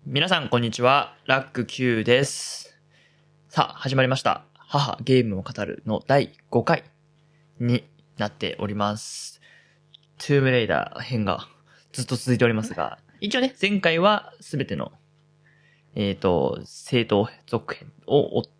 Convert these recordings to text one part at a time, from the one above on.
皆さんこんにちは、ラック Q です。さあ、始まりました。母ゲームを語るの第5回になっております。トゥームレイダー編がずっと続いておりますが、一応ね、前回はすべての、正当続編を追って、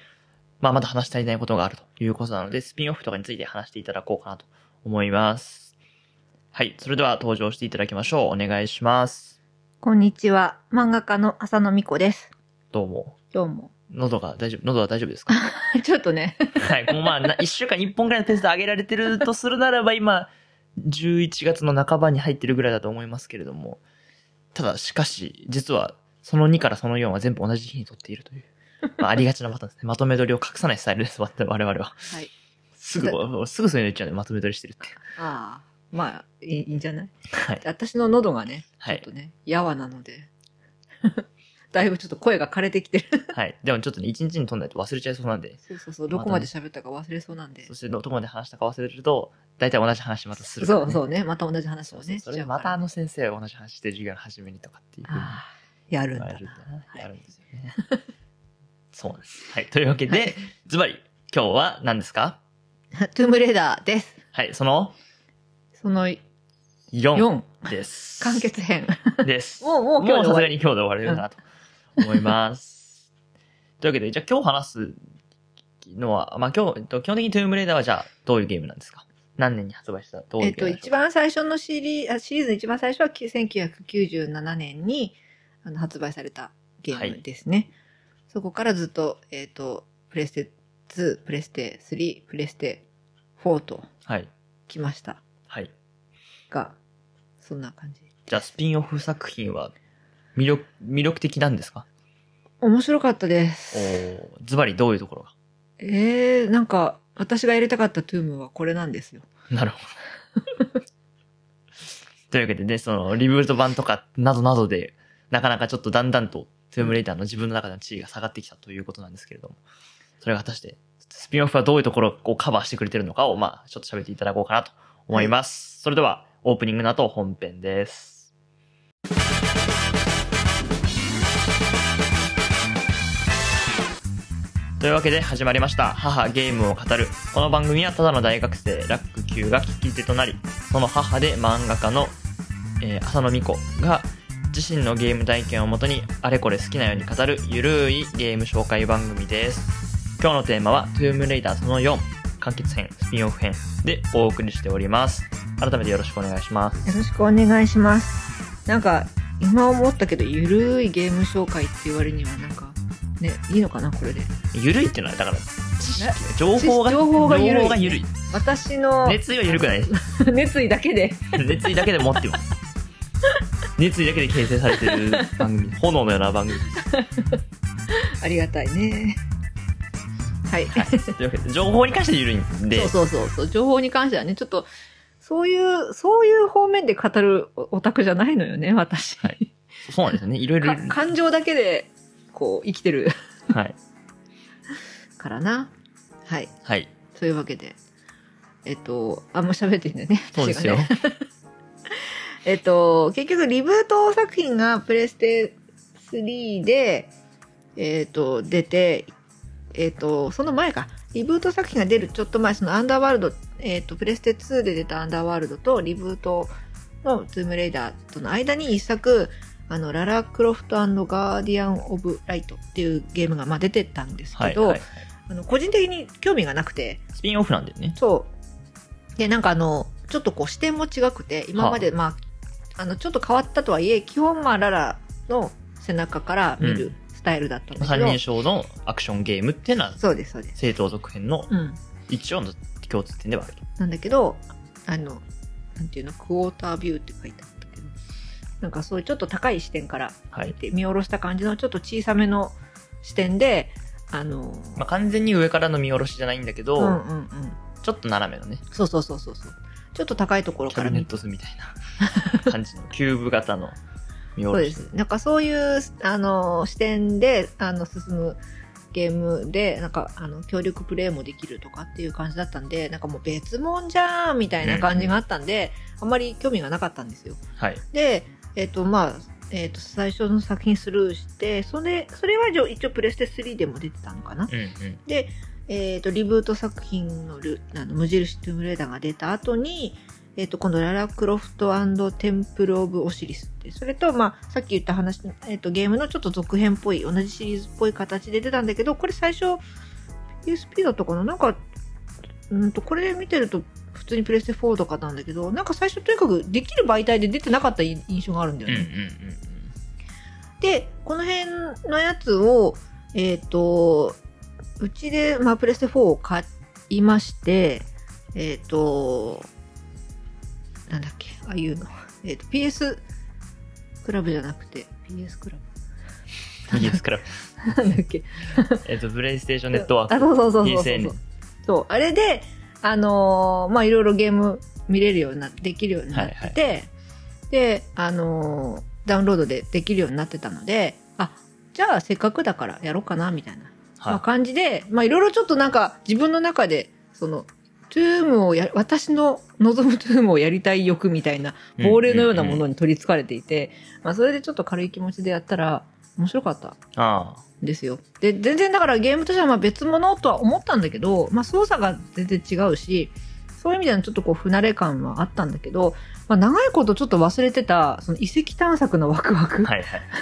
まだ話し足りないことがあるということなので、スピンオフとかについて話していただこうかなと思います。はい、それでは登場していただきましょう。お願いします。 こんにちは。漫画家の浅野美子です。 どうも。 どうも。 喉は大丈夫ですか？ ちょっとね。 はい。もう1週間に1本ぐらいのペースで上げられてるとするならば、今、11月の半ばに入ってるぐらいだと思いますけれども。ただ、しかし、実は、その2からその4は全部同じ日に撮っているという。ありがちなパターンですね。まとめ撮りを隠さないスタイルです、我々は。 はい。 すぐそういうの言っちゃうね。まとめ撮りしてるって。 ああ。いいんじゃない？ はい。 私の喉がね、ちょっとね、やわなので。だいぶちょっと声が枯れてきてる。 はい。でもちょっとね、1日に撮んないと忘れちゃいそうなんで。 そう。どこまで喋ったか忘れそうなんで。 そしてどこまで話したか忘れると、大体同じ話またするからね。そうね。また同じ話をね。 それでまた先生は同じ話して授業の初めにとかっていう風に。 やるんだな。 やるんですよね。そうなんです。はい。というわけで、ズバリ、今日は何ですか？ トゥームレーダーです。 はい。その 4 です。 完結編です。 もう今日さすがに今日で終われるなと思います。というわけで、じゃあ今日話すのは、今日、基本的にトゥームレーダーはじゃあどういうゲームなんですか？何年に発売したどういうゲーム一番最初のシリーズの一番最初は1997年に発売されたゲームですね。はい、そこからずっと、プレステ2、プレステ3、プレステ4と来ました。 はい。 が、そんな感じ。 じゃあスピンオフ作品は魅力的なんですか？ 面白かったです。 ズバリどういうところが？ なんか、私がやりたかったトゥームはこれなんですよ。 なるほど。というわけでね、その、リブート版とか、などなどで、なかなかちょっとだんだんと、トゥームレイダーの自分の中での地位が下がってきたということなんですけれども、それが果たして、スピンオフはどういうところをカバーしてくれてるのかを、ちょっと喋っていただこうかなと思います。はい、それでは、オープニングの後、本編です。というわけで始まりました母ゲームを語る。この番組はただの大学生ラック Q が聞き手となり、その母で漫画家の、浅野美子が自身のゲーム体験をもとにあれこれ好きなように語るゆるいゲーム紹介番組です。今日のテーマはトゥームレイダーその4完結編スピンオフ編でお送りしております。改めてよろしくお願いします。 よろしくお願いします。なんか今思ったけどゆるいゲーム紹介って言われにはなんかね、いいのかなこれで。 ゆるいっていうのはだから知識情報がゆるい。 私の熱意はゆるくないです。 熱意だけで熱意だけで持ってます。熱意だけで形成されてる番組、炎のような番組です。 ありがたいね。はい。 というわけで情報に関してはゆるいんで。 そう。情報に関してはね、ちょっとそういう方面で語るオタクじゃないのよね、私。 はい。そうなんですよね。いろいろ感情だけでこう生きてる。 はい。 からな。はい。 はい。 というわけで、もう喋っていいんだよね。 そうですよ。 結局リブート作品がプレステ3で、出て、その前か。リブート作品が出るちょっと前、そのアンダーワールド、プレステ2で出たアンダーワールドとリブートのトゥームレイダーとの間に一作、ララクロフト&ガーディアン・オブ・ライトっていうゲームが出てたんですけど、個人的に興味がなくて。 スピンオフなんだよね。 そう。で、なんかちょっとこう視点も違くて、今までちょっと変わったとはいえ、基本ララの背中から見るスタイルだったんだけど。 三人称のアクションゲームっていうのは、 そうです。 正当続編の一応の共通点ではあると。 なんだけど、なんていうの、クォータービューって書いてあったけど、なんかそういうちょっと高い視点から見て、見下ろした感じのちょっと小さめの視点で、 完全に上からの見下ろしじゃないんだけど、ちょっと斜めのね。 そう。ちょっと高いところからキャビネット図みたいな感じのキューブ型の見下ろし。 そうです。なんかそういう視点で進むゲームでなんか協力プレイもできるとかっていう感じだったんで、なんかもう別物じゃんみたいな感じがあったんで、あんまり興味がなかったんですよ。 はい。 で、 最初の作品スルーして、それは一応プレステ3でも出てたのかな。で、リブート作品の無印トゥームレーダーが出た後に、今度ララクロフト&テンプル・オブ・オシリスって、それと、さっき言った話、ゲームのちょっと続編っぽい、同じシリーズっぽい形で出たんだけど、これ最初、PSP だったかな、なんか、これ見てると、普通にプレステ4とかなんだけど、なんか最初とにかくできる媒体で出てなかった印象があるんだよね。で、この辺のやつを、うちで、プレステ4を買いまして、なんだっけ、ああいうの。PS クラブじゃなくて、PS クラブ。 PS クラブ。なんだっけ。 プレイステーションネットワーク。 あ、そう。 PSN。 そう、あれで、いろいろゲーム見れるようにできるようになってて、で、ダウンロードでできるようになってたので、じゃあせっかくだからやろうかな、みたいな、感じで、いろいろちょっとなんか自分の中で、トゥームを私の望むトゥームをやりたい欲みたいな、亡霊のようなものに取り憑かれていて、それでちょっと軽い気持ちでやったら、面白かった。ですよ。で、全然だからゲームとしては別物とは思ったんだけど、操作が全然違うし、そういう意味ではちょっと不慣れ感はあったんだけど、長いことちょっと忘れてた、その遺跡探索のワクワク。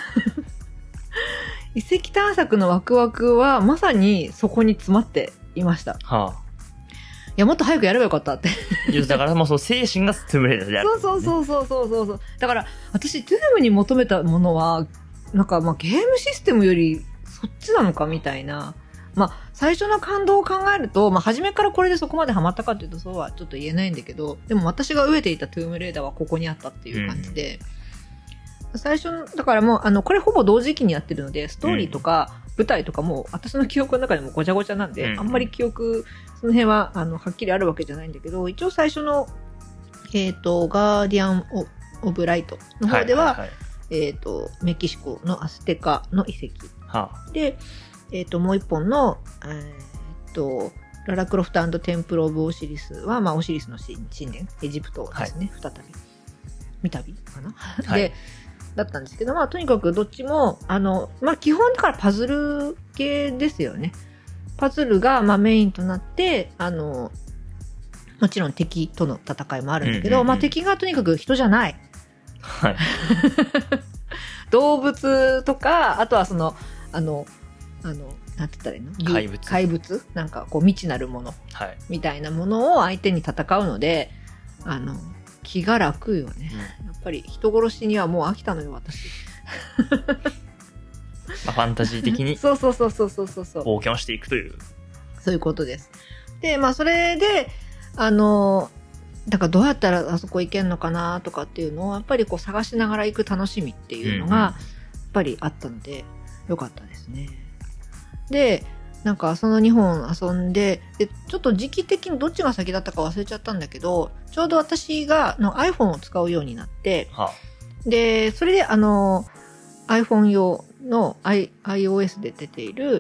遺跡探索のワクワクはまさにそこに詰まっていました。いや、もっと早くやればよかったって。 だからもうその精神がトゥームレーダーである、ね。 そう。だから私、トゥームに求めたものは、なんかゲームシステムよりそっちなのかみたいな。最初の感動を考えると、初めからこれでそこまでハマったかっていうとそうはちょっと言えないんだけど、でも私が飢えていたトゥームレーダーはここにあったっていう感じで、最初だからもうこれほぼ同時期にやってるので、ストーリーとか舞台とかも私の記憶の中でもごちゃごちゃなんで、あんまり記憶その辺ははっきりあるわけじゃないんだけど、一応最初のガーディアンオブライトの方では、メキシコのアステカの遺跡、で、もう一本のララクロフト&テンプル・オブ・オシリスは、オシリスの神殿、エジプトですね、再び三度かな、でだったんですけど、とにかくどっちも基本だからパズル系ですよね。パズルがメインとなって、もちろん敵との戦いもあるんだけど、敵がとにかく人じゃない。動物とか、あとはなんて言ったらいいの？怪物なんか未知なるもの、みたいなものを相手に戦うので、気が楽よね。やっぱり人殺しにはもう飽きたのよ、私。 ファンタジー的にそう冒険をしていくという、 そういうことです。で、それでだからどうやったらあそこ行けんのかなとかっていうのをやっぱり探しながら行く楽しみっていうのがやっぱりあったのでよかったですね。で、なんかその2本遊んで、ちょっと時期的にどっちが先だったか忘れちゃったんだけど、ちょうど私がiPhone を使うようになって、で、それでiPhone 用の iOS で出ている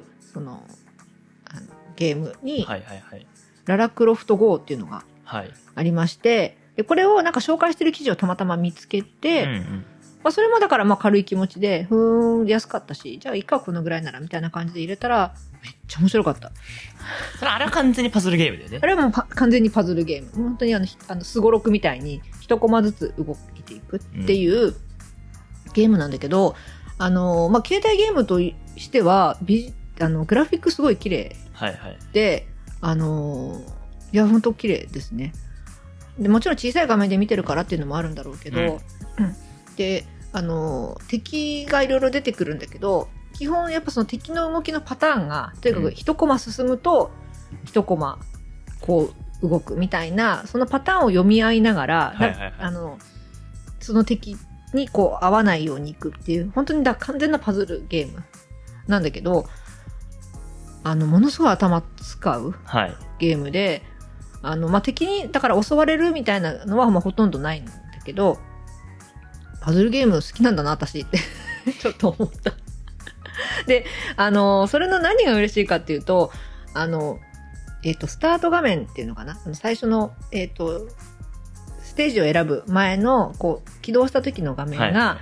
ゲームに、ララクロフト GO っていうのがありまして、でこれをなんか紹介してる記事をたまたま見つけて、それもだから軽い気持ちで、安かったし、じゃあいいかこのぐらいならみたいな感じで入れたら、めっちゃ面白かった。 あれは完全にパズルゲームだよね。 あれはもう完全にパズルゲーム。本当にスゴロクみたいに一コマずつ動いていくっていうゲームなんだけど、携帯ゲームとしては、グラフィックすごい綺麗で、いや、本当綺麗ですね。でもちろん小さい画面で見てるからっていうのもあるんだろうけど、で、敵がいろいろ出てくるんだけど、基本やっぱその敵の動きのパターンが、とにかく一コマ進むと、一コマ動くみたいな、そのパターンを読み合いながら、その敵に合わないようにいくっていう、本当に完全なパズルゲームなんだけど、ものすごい頭使うゲームで、敵に、だから襲われるみたいなのはほとんどないんだけど、パズルゲーム好きなんだな、私ってちょっと思った。で、それの何が嬉しいかっていうと、スタート画面っていうのかな、最初の、ステージを選ぶ前の、起動した時の画面が、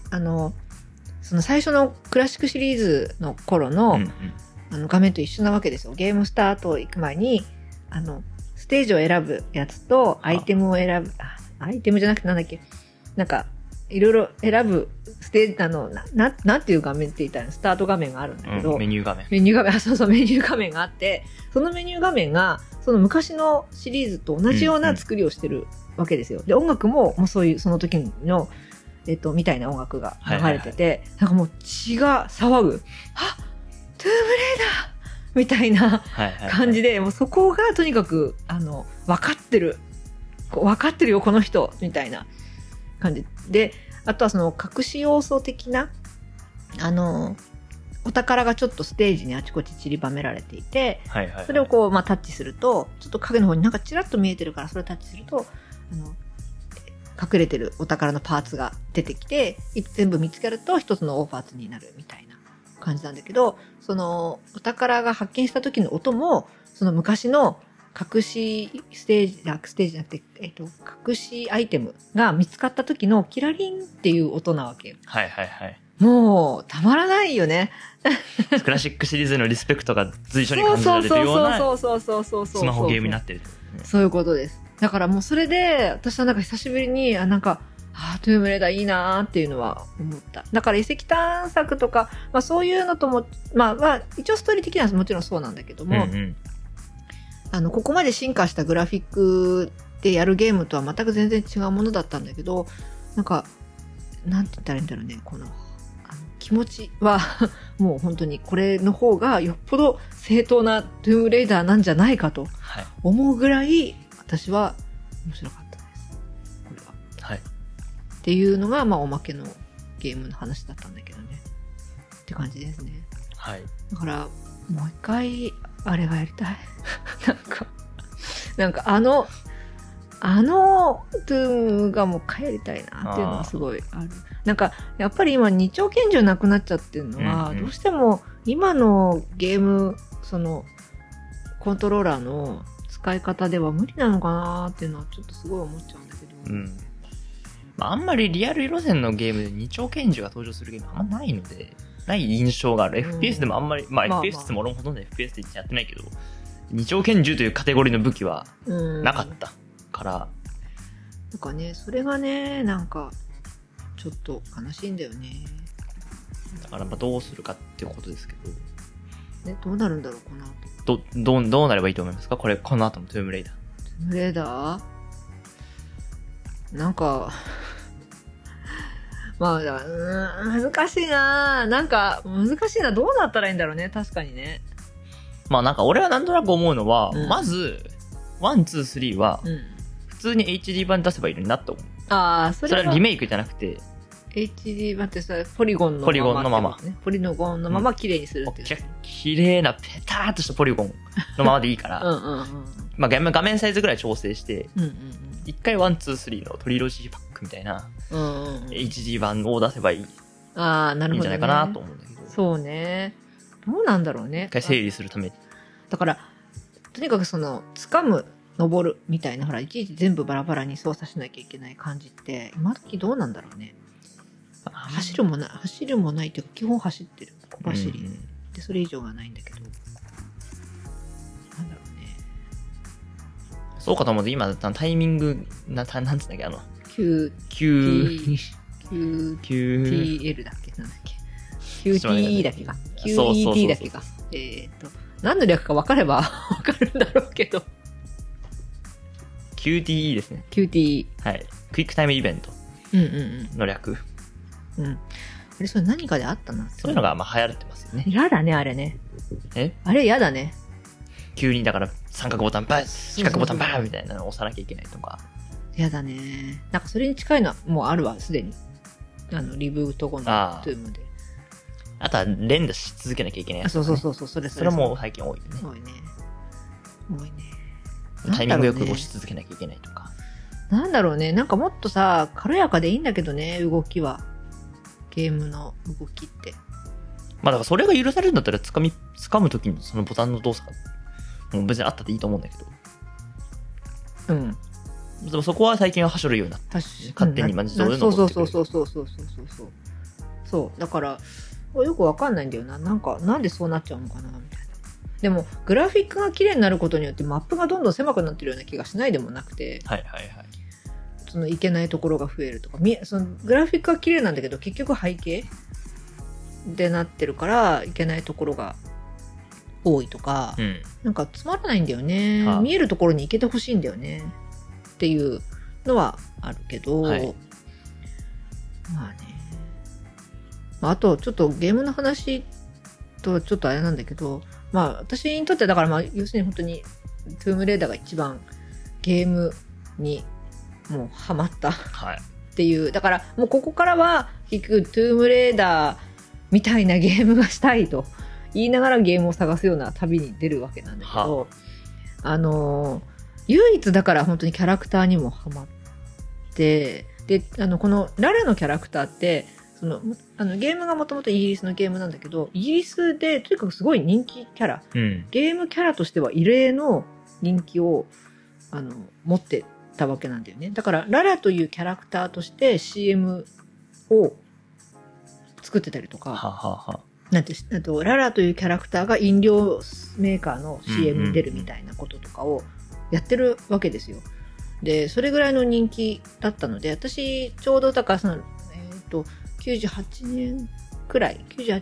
その最初のクラシックシリーズの頃の、 うんうん、 画面と一緒なわけですよ。ゲームスタート行く前に、ステージを選ぶやつと、アイテムを選ぶ、アイテムじゃなくてなんだっけ、なんか、いろいろ選ぶ、ステージ、なんていう画面って言ったら、スタート画面があるんだけど、 メニュー画面。 メニュー画面、そうそう、メニュー画面があって、そのメニュー画面が、その昔のシリーズと同じような作りをしてるわけですよ。で、音楽も、もうそういう、その時の、みたいな音楽が流れてて、なんかもう血が騒ぐ。あ、トゥームレイダーみたいな感じで、もうそこがとにかく、分かってるよ、この人、みたいな感じ。で、あとはその隠し要素的な、お宝がちょっとステージにあちこち散りばめられていて、それをこう、まあ、タッチすると、ちょっと影の方になんかチラッと見えてるから、それをタッチすると、隠れてるお宝のパーツが出てきて、全部見つけると一つの大パーツになるみたいな感じなんだけど、そのお宝が発見した時の音も、その昔の隠しステージじゃなくて、隠しアイテムが見つかった時のキラリンっていう音なわけよ。 はいはいはい。 もう、たまらないよね。 クラシックシリーズのリスペクトが随所に感じられるような、スマホゲームになってる。 そういうことです。だからもうそれで、私はなんか久しぶりに、トゥームレーダーいいなーっていうのは思った。だから遺跡探索とか、まあそういうのとも、まあ一応ストーリー的にはもちろんそうなんだけども、ここまで進化したグラフィックでやるゲームとは全く全然違うものだったんだけど、なんか、なんて言ったらいいんだろうね、この、気持ちは、もう本当にこれの方がよっぽど正当なトゥームレイダーなんじゃないかと思うぐらい、私は面白かったです。これは。 はい。 っていうのが、まあ、おまけのゲームの話だったんだけどね。って感じですね。 はい。 だから、もう一回、あれがやりたい。なんかトゥームがもう一回やりたいなっていうのがすごいある。なんか、やっぱり今二丁拳銃なくなっちゃってるのは、どうしても今のゲーム、その、コントローラーの使い方では無理なのかなっていうのはちょっとすごい思っちゃうんだけど。 まあ、あんまりリアル路線のゲームで二丁拳銃が登場するゲームあんまないので、ない印象がある。FPS でもあんまり、まあ FPS も俺もほとんど FPS でやってないけど、二丁拳銃というカテゴリーの武器はなかったから。 なんかね、それがね、なんか、ちょっと悲しいんだよね。 だからまあどうするかっていうことですけど。 ね、どうなるんだろう、この後。 どうなればいいと思いますか？この後のトゥームレイダー。 トゥームレイダーなんか、まあ、難しいな。なんか、難しいな。どうなったらいいんだろうね。確かにね。 まあなんか俺はなんとなく思うのは、まず、1、2、3は、普通に HD 版出せばいいのになって思う。それはリメイクじゃなくて、 HD 版ってさ、ポリゴンのまま。ポリゴンのまま綺麗にするっていう。 綺麗なペターっとしたポリゴンのままでいいから、まあ画面サイズぐらい調整して、一回1、2、3のトリロジーパックみたいな、HD 版を出せばいい。 なるほど、ね。 いいんじゃないかなと思うんだけど。 そうね。どうなんだろうね。 一回整理するために。 だから、とにかく掴む、登るみたいな、ほら、いちいち全部バラバラに操作しなきゃいけない感じって、今時どうなんだろうね。走るもないっていうか、基本走ってる。小走り。で、それ以上がないんだけど。なんだろうね。 そうかと思うと、今、タイミング、なんつうんだっけ、 QTL だっけなんだっけ QTE だっけか QET だっけか何の略か分かれば分かるんだろうけど QTE ですね。 QTE はい。クイックタイムイベントの略。 あれ、それ何かであったな。 そういうのがまあ流行ってますよね。 嫌だね、あれね。あれ嫌だね。 急にだから三角ボタンバーン、四角ボタンバーンみたいなのを押さなきゃいけないとか。 嫌だね。なんかそれに近いのはもうあるわ、すでに。リブート後のトゥームで。 あとは連打し続けなきゃいけないやつ、 そう、それも最近多いよね。 多いね。 タイミングよく押し続けなきゃいけないとか。 なんだろうね。なんかもっとさ、軽やかでいいんだけどね、動きは。ゲームの動きって。 まあだからそれが許されるんだったら掴むときにそのボタンの動作が、もう別にあったっていいと思うんだけど。でもそこは最近は走るようになって。勝手に自動で登ってくる。 そう。 そうだからよくわかんないんだよな。なんでそうなっちゃうのかなみたいな。でもグラフィックが綺麗になることによってマップがどんどん狭くなってるような気がしないでもなくて、 はいはいはい。 そのいけないところが増えるとか、そのグラフィックが綺麗なんだけど結局背景でなってるからいけないところが多いとか、 うん。 なんかつまらないんだよね。 はあ見えるところに行けてほしいんだよねっていうのはあるけど、 はいまあね。あとちょっとゲームの話とちょっとあれなんだけど、まあ私にとってだからまあ要するに本当にトゥームレーダーが一番ゲームにもうハマったっはい。 ていう、だからもうここからは結局トゥームレーダーみたいなゲームがしたいと言いながらゲームを探すような旅に出るわけなんだけど、唯一だから本当にキャラクターにもハマって、でこのララのキャラクターってゲームがもともとイギリスのゲームなんだけど、イギリスでとにかくすごい人気キャラ、 うん。 ゲームキャラとしては異例の人気を持ってたわけなんだよね。だからララというキャラクターとして CM を作ってたりとか、 ははは。 なんてあとララというキャラクターが飲料メーカーの CM に出るみたいなこととかをやってるわけですよ。でそれぐらいの人気だったので、私ちょうどだから98年くらい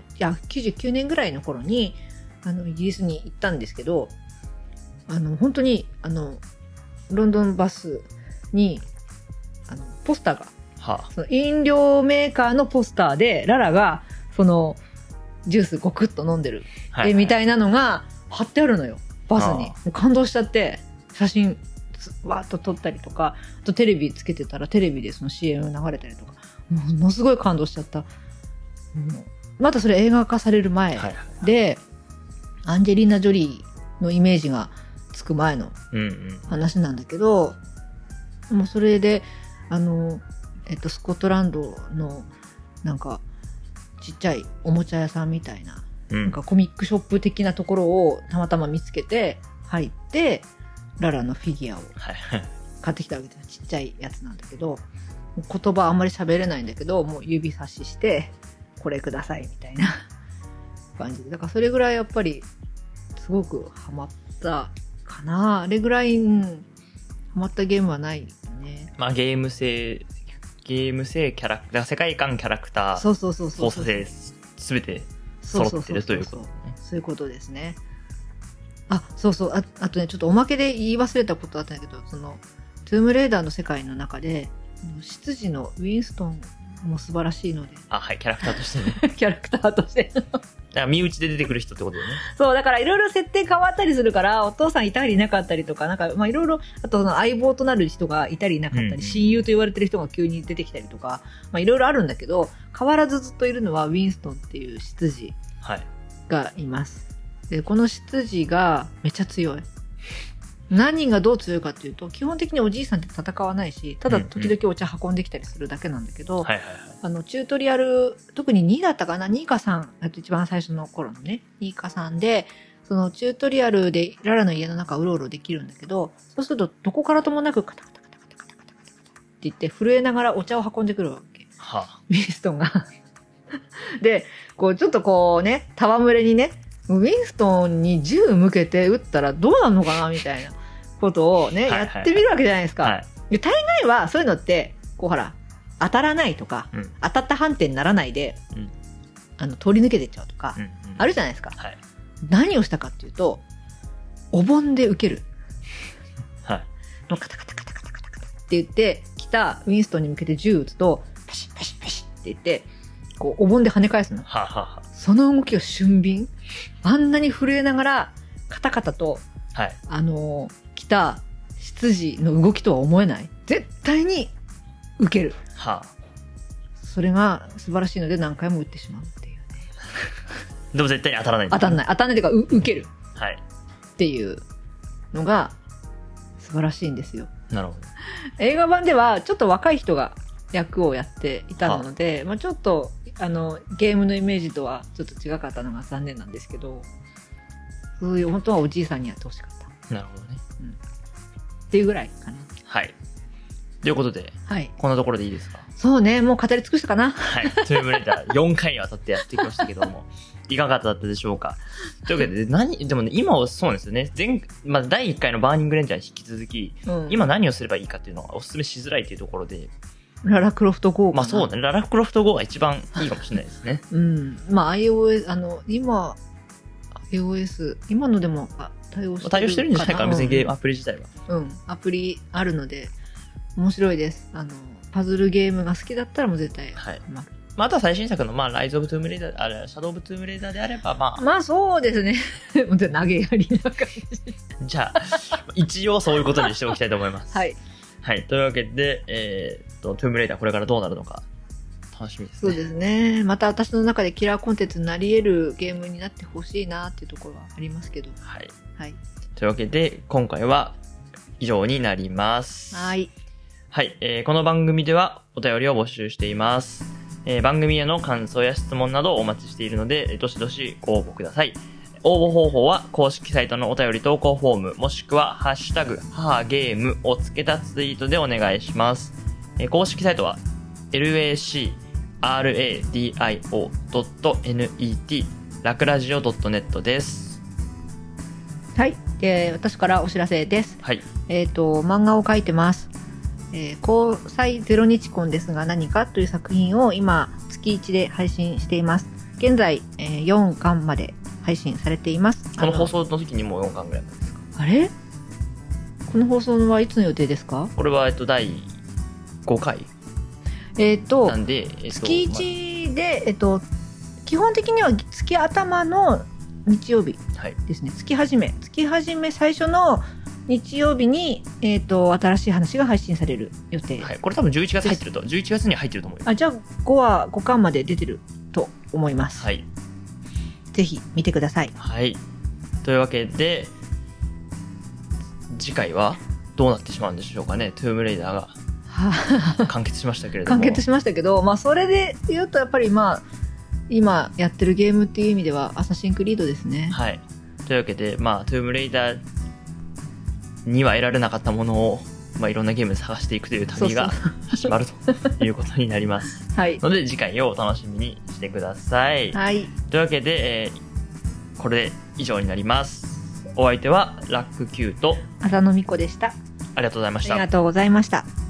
99年ぐらいの頃にイギリスに行ったんですけど、本当にロンドンバスにポスターが、 はその飲料メーカーのポスターでララがそのジュースごくっと飲んでるはい。 絵みたいなのが貼ってあるのよ、バスに。もう感動しちゃって写真わーっと撮ったりとか、あとテレビつけてたらテレビでその CM 流れたりとか、ものすごい感動しちゃった。まだそれ映画化される前はい。 で、アンジェリーナ・ジョリーのイメージがつく前のうんうん。 話なんだけど、もうそれでスコットランドのなんかちっちゃいおもちゃ屋さんみたいな、 うんなんかコミックショップ的なところをたまたま見つけて入ってララのフィギュアをはい。 買ってきたわけです。ちっちゃいやつなんだけど、言葉あんまり喋れないんだけど、もう指差ししてこれくださいみたいな感じで、だからそれぐらいやっぱりすごくハマったかな。あれぐらい、ハマったゲームはないね。 まあゲーム性キャラクター、世界観キャラクター、 そうそうそうそう。 操作性、すべて揃ってるということね。 そういうことですね。そうそう。あとね、ちょっとおまけで言い忘れたことあったんだけど、トゥームレーダーの世界の中で、執事のウィンストンも素晴らしいので。 はい、キャラクターとしてね。 キャラクターとして。 だから身内で出てくる人ってことだよね。 そう、だからいろいろ設定変わったりするから、お父さんいたりいなかったりとか、なんか、まあいろいろ、あと相棒となる人がいたりいなかったり、親友と言われてる人が急に出てきたりとか、まあいろいろあるんだけど、変わらずずっといるのはウィンストンっていう執事はい。 がいます。で、この執事がめっちゃ強い。何がどう強いかっていうと、基本的におじいさんって戦わないし、ただ時々お茶運んできたりするだけなんだけど、 はいはいはい。 チュートリアル、特に2だったかな、2か3、一番最初の頃のね、2か3で、そのチュートリアルでララの家の中うろうろできるんだけど、そうするとどこからともなくカタカタカタカタカタカタカタって言って震えながらお茶を運んでくるわけ。 はウィンストンが。で、こうちょっとこうね、戯れにね、ウィンストンに銃向けて撃ったらどうなるのかなみたいなことをね、 はいはいはいやってみるわけじゃないですか。 はい。 で大概はそういうのって、こうほら、当たらないとか、 うん。 当たった判定にならないで、 うん。 通り抜けていっちゃうとか、 うん。 あるじゃないですか。 はい。 何をしたかっていうと、お盆で受ける。 はい。 のカタカタカタカタカタカタって言って、来たウィンストンに向けて銃撃つと、パシッパシッパシッって言って、こう、お盆で跳ね返すの。 はあ、はあはその動きを俊敏。あんなに震えながら、カタカタと、 あ、はい。 来た執事の動きとは思えない。絶対に受ける。 はあ。 それが素晴らしいので何回も打ってしまうっていうね。 でも絶対に当たらない。 当たんない。当たんないというか、受けるはい。 っていうのが素晴らしいんですよ。 なるほど。 映画版ではちょっと若い人が役をやっていたので、まあ、ちょっとゲームのイメージとはちょっと違かったのが残念なんですけど、そういう本当はおじいさんにやってほしかったなるほどね。 っていうぐらいかな。 はい。 ということで、 はい。 こんなところでいいですか？ そうね、もう語り尽くしたかな。 はい。トゥームレイダー4回にわたってやってきましたけども、いかがだったでしょうか？というわけで、でもね、今はそうなんですよね。第1回のバーニングレンジャーに引き続き、今何をすればいいかっていうのはお勧めしづらいっていうところで、 ララクロフト GO かな。 まあそうだね。ララクロフト GO が一番いいかもしれないですね。 うん。まあ iOS、今、iOS、今のでも対応してるかな。 対応してるんじゃないかな、別にゲームアプリ自体は。 うん。アプリあるので、面白いです。パズルゲームが好きだったらもう絶対。 はい。まあ、あとは最新作の、ライズ・オブ・トゥームレイダー、シャドウ・オブ・トゥームレイダーであれば、 まあそうですね。もう投げやりな感じ。 じゃあ、一応そういうことにしておきたいと思います。 はい。 はい。というわけで、トゥームレイダーこれからどうなるのか、楽しみですね。 そうですね。また私の中でキラーコンテンツになり得るゲームになってほしいなっていうところはありますけど。 はい。 はい。 というわけで、今回は以上になります。 はい。 はい。この番組ではお便りを募集しています。番組への感想や質問などをお待ちしているので、どしどしご応募ください。応募方法は公式サイトのお便り投稿フォーム、もしくはハッシュタグ、母ゲームをつけたツイートでお願いします。公式サイトは lacradio.net ラクラジオ .net です。 はい。私からお知らせです。 はい。 漫画を描いてます。交際0日婚ですが何かという作品を今月1で配信しています。現在、4巻まで配信されています。 この放送の時にもう4巻ぐらいなんですか？ あれ？この放送はいつの予定ですか？ これは第5回なんで、 月1で、基本的には月頭の日曜日ですね。はい、月始め最初の日曜日に、新しい話が配信される予定。 はい。これ多分11月11月に入ってると思います。 あ、じゃあ5巻まで出てると思います。 はい。 ぜひ見てください。 はい。というわけで、次回はどうなってしまうんでしょうかね。トゥームレイダーが完結しましたけれども。 完結しましたけど、まあそれで言うとやっぱり今やってるゲームっていう意味ではアサシンクリードですね。 はい。というわけで、トゥームレイダーには得られなかったものを、いろんなゲームで探していくという旅が始まるということになります。 はい。 ので次回をお楽しみにしてください。 はい。 というわけで、これで以上になります。お相手はラック Q と浅野美子でした。 ありがとうございました。 ありがとうございました。